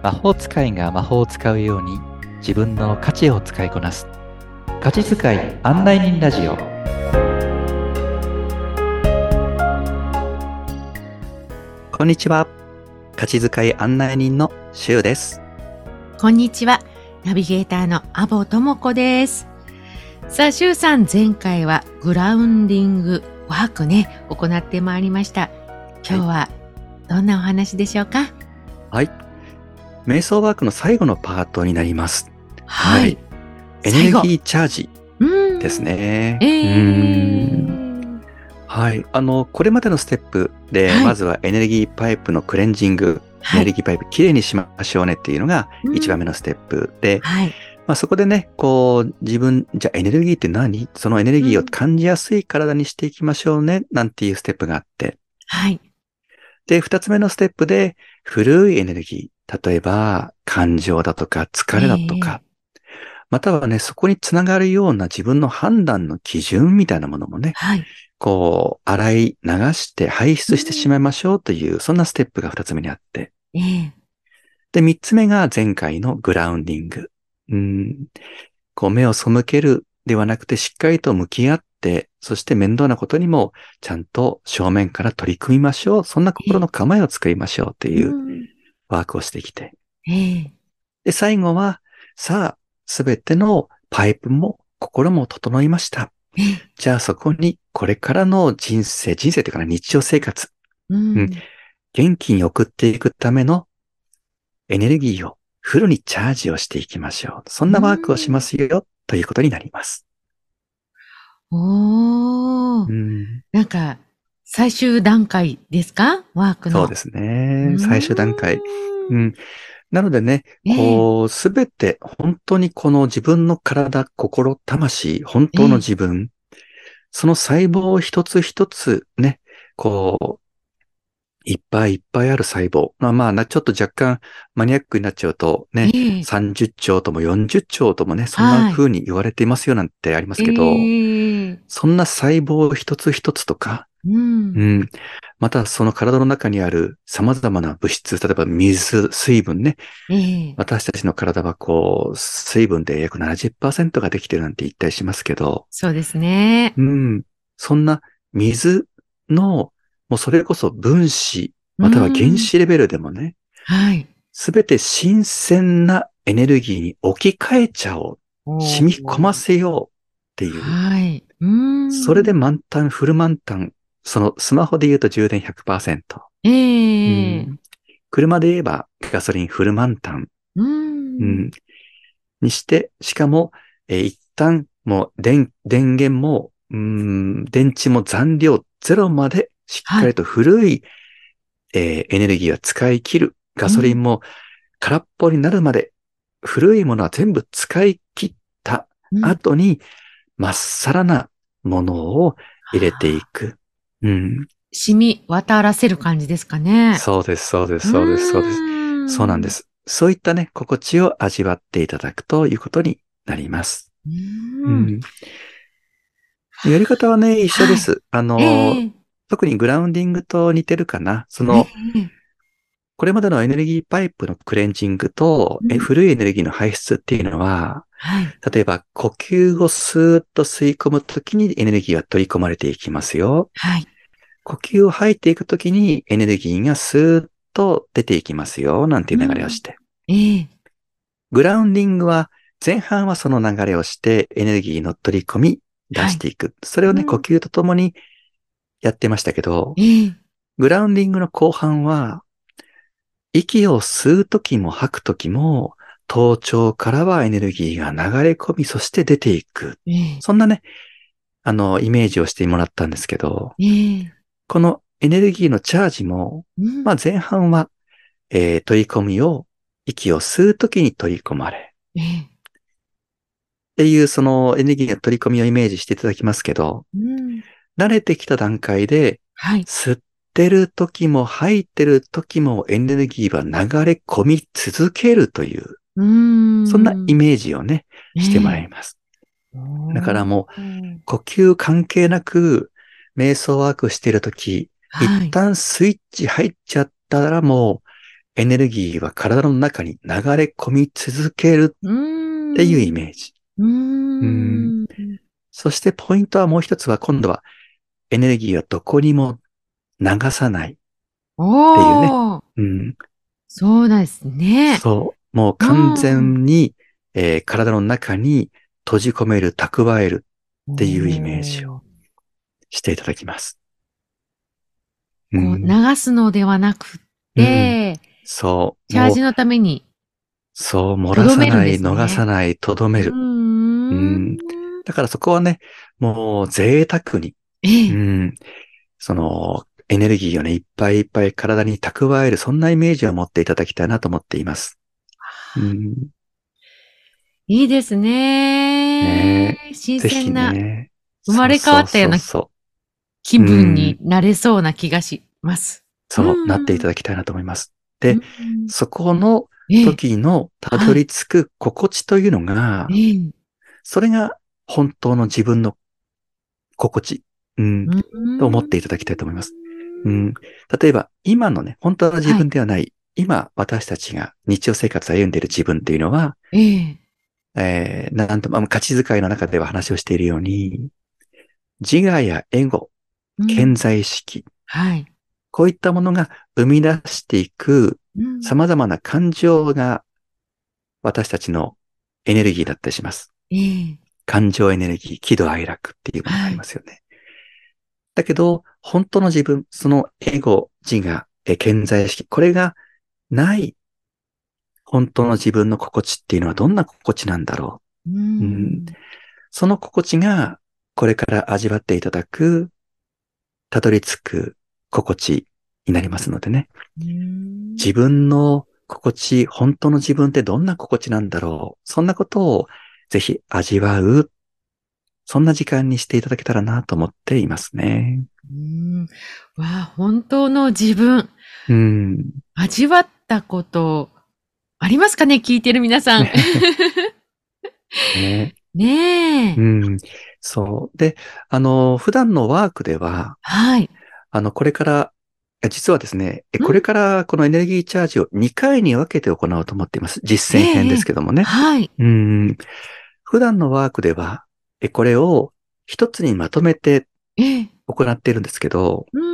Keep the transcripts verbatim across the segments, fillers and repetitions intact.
魔法使いが魔法を使うように自分の価値を使いこなす価値使い案内人ラジオ。こんにちは。価値使い案内人のしゅうです。 こんにちは。ナビゲーターの阿保智子です。さあ、しゅうさん、前回はグラウンディングワークね、行ってまいりました。今日はどんなお話でしょうか？ はい。瞑想ワークの最後のパートになります。 はい。はい、 エネルギーチャージですね。 えー、 はい。あの、これまでのステップで、はい、まずはエネルギーパイプのクレンジング、はい、エネルギーパイプきれいにしましょうねっていうのがいちばんめのステップで、はい、まあ、そこでね、こう、自分、じゃあエネルギーって何？そのエネルギーを感じやすい体にしていきましょうね、なんていうステップがあって。 はい。 で、二つ目のステップで、古いエネルギー、例えば、感情だとか、疲れだとか、えー、またはね、そこにつながるような自分の判断の基準みたいなものもね、はい、こう、洗い流して排出してしまいましょうという、うん、そんなステップが二つ目にあって。 えー、 で、三つ目が前回のグラウンディング。うん、こう目を背けるではなくてしっかりと向き合って、そして面倒なことにもちゃんと正面から取り組みましょう。そんな心の構えを作りましょうというワークをしてきて。 えー、 で、最後は、さあ、すべてのパイプも心も整いました。じゃあそこにこれからの人生、人生というかな日常生活、 うんうん、 元気に送っていくためのエネルギーをフルにチャージをしていきましょう。そんなワークをしますよ、ということになります。 おー。うん、なんか、最終段階ですか？ワークの。 そうですね。最終段階。うん。なのでね、こう、すべ、えー、て本当にこの自分の体、心、魂、本当の自分、えー、その細胞一つ一つね、こう、いっぱいいっぱいある細胞。まあまあ、ちょっと若干マニアックになっちゃうとね、えー、さんじゅっちょうともよんじゅっちょうともね、そんな風に言われていますよなんてありますけど、えー、そんな細胞一つ一つとか、うんうん、またその体の中にある様々な物質、例えば水、水分ね、えー、私たちの体はこう、水分で約 ななじゅっパーセント ができてるなんて言ったりしますけど、 そうですね。 うん、そんな水のもうそれこそ分子、または原子レベルでもね、はい。すべて新鮮なエネルギーに置き換えちゃおう。染み込ませようっていう。はい。うんそれで満タン、フル満タン。そのスマホで言うと充電 ひゃくパーセント。えー、うん、車で言えばガソリンフル満タン。うん、うん、にして、しかも、えー、一旦もう電、電源も、うん、電池も残量ゼロまでしっかりと古い、はいえー、エネルギーは使い切る。ガソリンも空っぽになるまで、うん、古いものは全部使い切った後に、ま、うん、っさらなものを入れていく。うん。 染み渡らせる感じですかね。 そうです、そうです、そうです、そうです。そうなんです。そういったね、心地を味わっていただくということになります。うん、やり方はね、一緒です。はい、あの、えー、特にグラウンディングと似てるかな。その、えー、これまでのエネルギーパイプのクレンジングと、うん、古いエネルギーの排出っていうのは、はい、例えば呼吸をスーッと吸い込むときにエネルギーが取り込まれていきますよ。はい、呼吸を吐いていくときにエネルギーがスーッと出ていきますよ。なんていう流れをして。うんえー、グラウンディングは前半はその流れをしてエネルギーの取り込み、出していく。はい、それをね、うん、呼吸とともにやってましたけど、えー、グラウンディングの後半は、息を吸うときも吐くときも、頭頂からはエネルギーが流れ込み、そして出ていく。えー、そんなね、あの、イメージをしてもらったんですけど、えー、このエネルギーのチャージも、うん、まあ前半は、えー、取り込みを、息を吸うときに取り込まれ、えー、っていうそのエネルギーの取り込みをイメージしていただきますけど、うん慣れてきた段階で、はい、吸ってる時も吐いてる時もエネルギーは流れ込み続けるという、うーんそんなイメージをね、してもらいます。えー、だからもう、呼吸関係なく、瞑想ワークしてる時、はい、一旦スイッチ入っちゃったらもう、 エネルギーは体の中に流れ込み続けるっていうイメージ。 うーん。 うんそしてポイントはもう一つは、今度はエネルギーはどこにも流さないっていうね。 おー。 うん、 そうなんですね。 そう。もう完全に、えー体の中に閉じ込める、蓄えるっていうイメージをしていただきます。うこう、 ん、 流すのではなくうんて、 そう。 チャージのために、 そう、漏とらさない、 どめるんです逃さね。 ない、とどめうる。うーん。 ん。だからそこはね、もう贅沢に、 ええ。 うん。その、エネルギーをね、いっぱいいっぱい体に蓄える、そんなイメージを持っていただきたいなと思っています。うん。 いいですね。 ねえ。 新ぜひ鮮な、 ね。 生まれ変わそうそうったようなそうそ気う。う分にん。 なれそうな気がします。うそう、なっていたん。 だきたいなと思います。 うで、 ん。 そこのええ。 時のたどはい。 り着く心地というのが、 ええ。 それが本当の自分の心地、うん、 うーと思っん。 ていただきたいと思います。うん、例えば、今のね、本当の自はい。 分ではない、今私たちが日常生活を歩んでいる自分っていうのは、 ええ。 えー、なんと、まあ、価値遣いの中では話をしているように、自我やエゴ、顕うん。 在意識、 はい。 こういったものが生み出していくうん。 様々な感情が私たちのエネルギーだったりします。 ええ。 感情エネルギー、喜怒哀楽っていうものがあはい。 りますよね。だけど、本当の自分、そのエゴ、自我、え顕在意識、これがない本当の自分の心地っていうのはどんな心地なんだろうう。うん、 ん。 その心地がこれから味わっていただく、たどり着く心地になりますのでね。 うーん。 自分の心地、本当の自分ってどんな心地なんだろう。そんなことをぜひ味わう。そんな時間にしていただけたらなと思っていますね。 うーん。わあ、本当の自分、 うん。 味わったことありますかね？聞いてる皆さん。 ね。 ねえ。 うん。そう。で、あの、普段のワークでは、 はい。 あの、これから、え実はですね、えうん。 これからこのエネルギーチャージをにかいに分けて行おうと思っています。実え践編でえええ。 すけどもね。 はい。 うん。普段のワークでは、えこれを一つにまとめてええ。 行っているんですけど、 うん。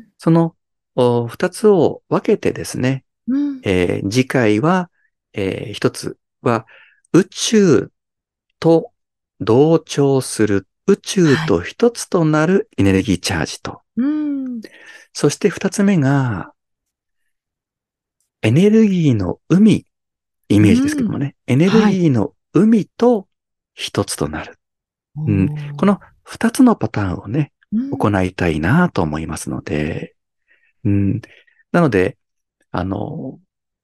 そのお二つを分けてですね、 うん。 えー次回は、えー一つは宇宙と同調する宇宙はい。 と一つとなるエネルギーチャージと、 うん。 そして二つ目がエネルギーの海、イメージですけうん。 どもね、エネルはい。 ギーの海と一つとなる。 おうん、このお。 二つのパターンをね、 うん。 行いたいなと思いますので、うん、なので、あの、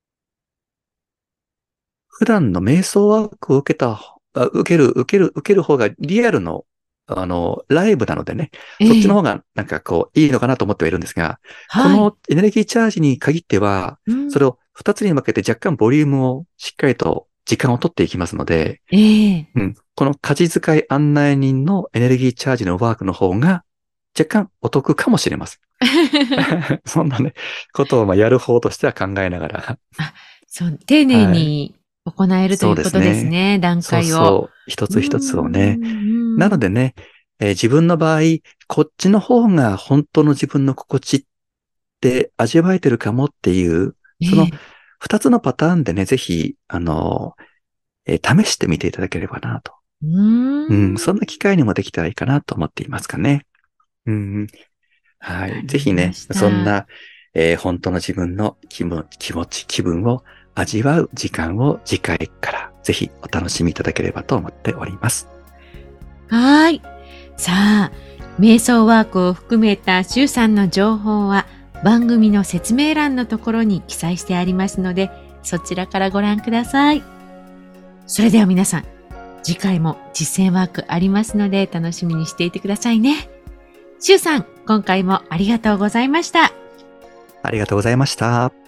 普段の瞑想ワークを受けた、あ受ける、受ける、受ける方がリアルの、あの、ライブなのでね、 ええ。 そっちの方がなんかこう、いいのかなと思ってはいるんですが、こはい。 のエネルギーチャージに限っては、 うん。 それを二つに分けて若干ボリュームをしっかりと時間を取っていきますので、 ええ。 うん、この家事遣い案内人のエネルギーチャージのワークの方が若干お得かもしれません。そんなね、ことをまあやる方としては考えながら、 あ、そう、丁寧はい。 に行えるとそうでいうことですすね。 ね、段そう階を。 そう。一うーつ一つをね。なん、うん。 のでね、えー自分の場合、こっちの方が本当の自分の心地って味わえてるかもっていう、そのええ。 二つのパターンでね、ぜひ、あの、えー試してみていただければなと。 うーうん、そんん。 な機会にもできたらいいかなと思っていますかね。うん、はい。 わかぜひね、 りました。 そんな、えー本当の自分の気も気持ち、気分を味わう時間を次回からぜひお楽しみいただければと思っております。 はい。さあ、瞑想ワークを含めたシュウさんの情報は番組の説明欄のところに記載してありますので、そちらからご覧ください。それでは皆さん、次回も実践ワークありますので楽しみにしていてくださいね。シュウさん、今回もありがとうございました。 ありがとうございました。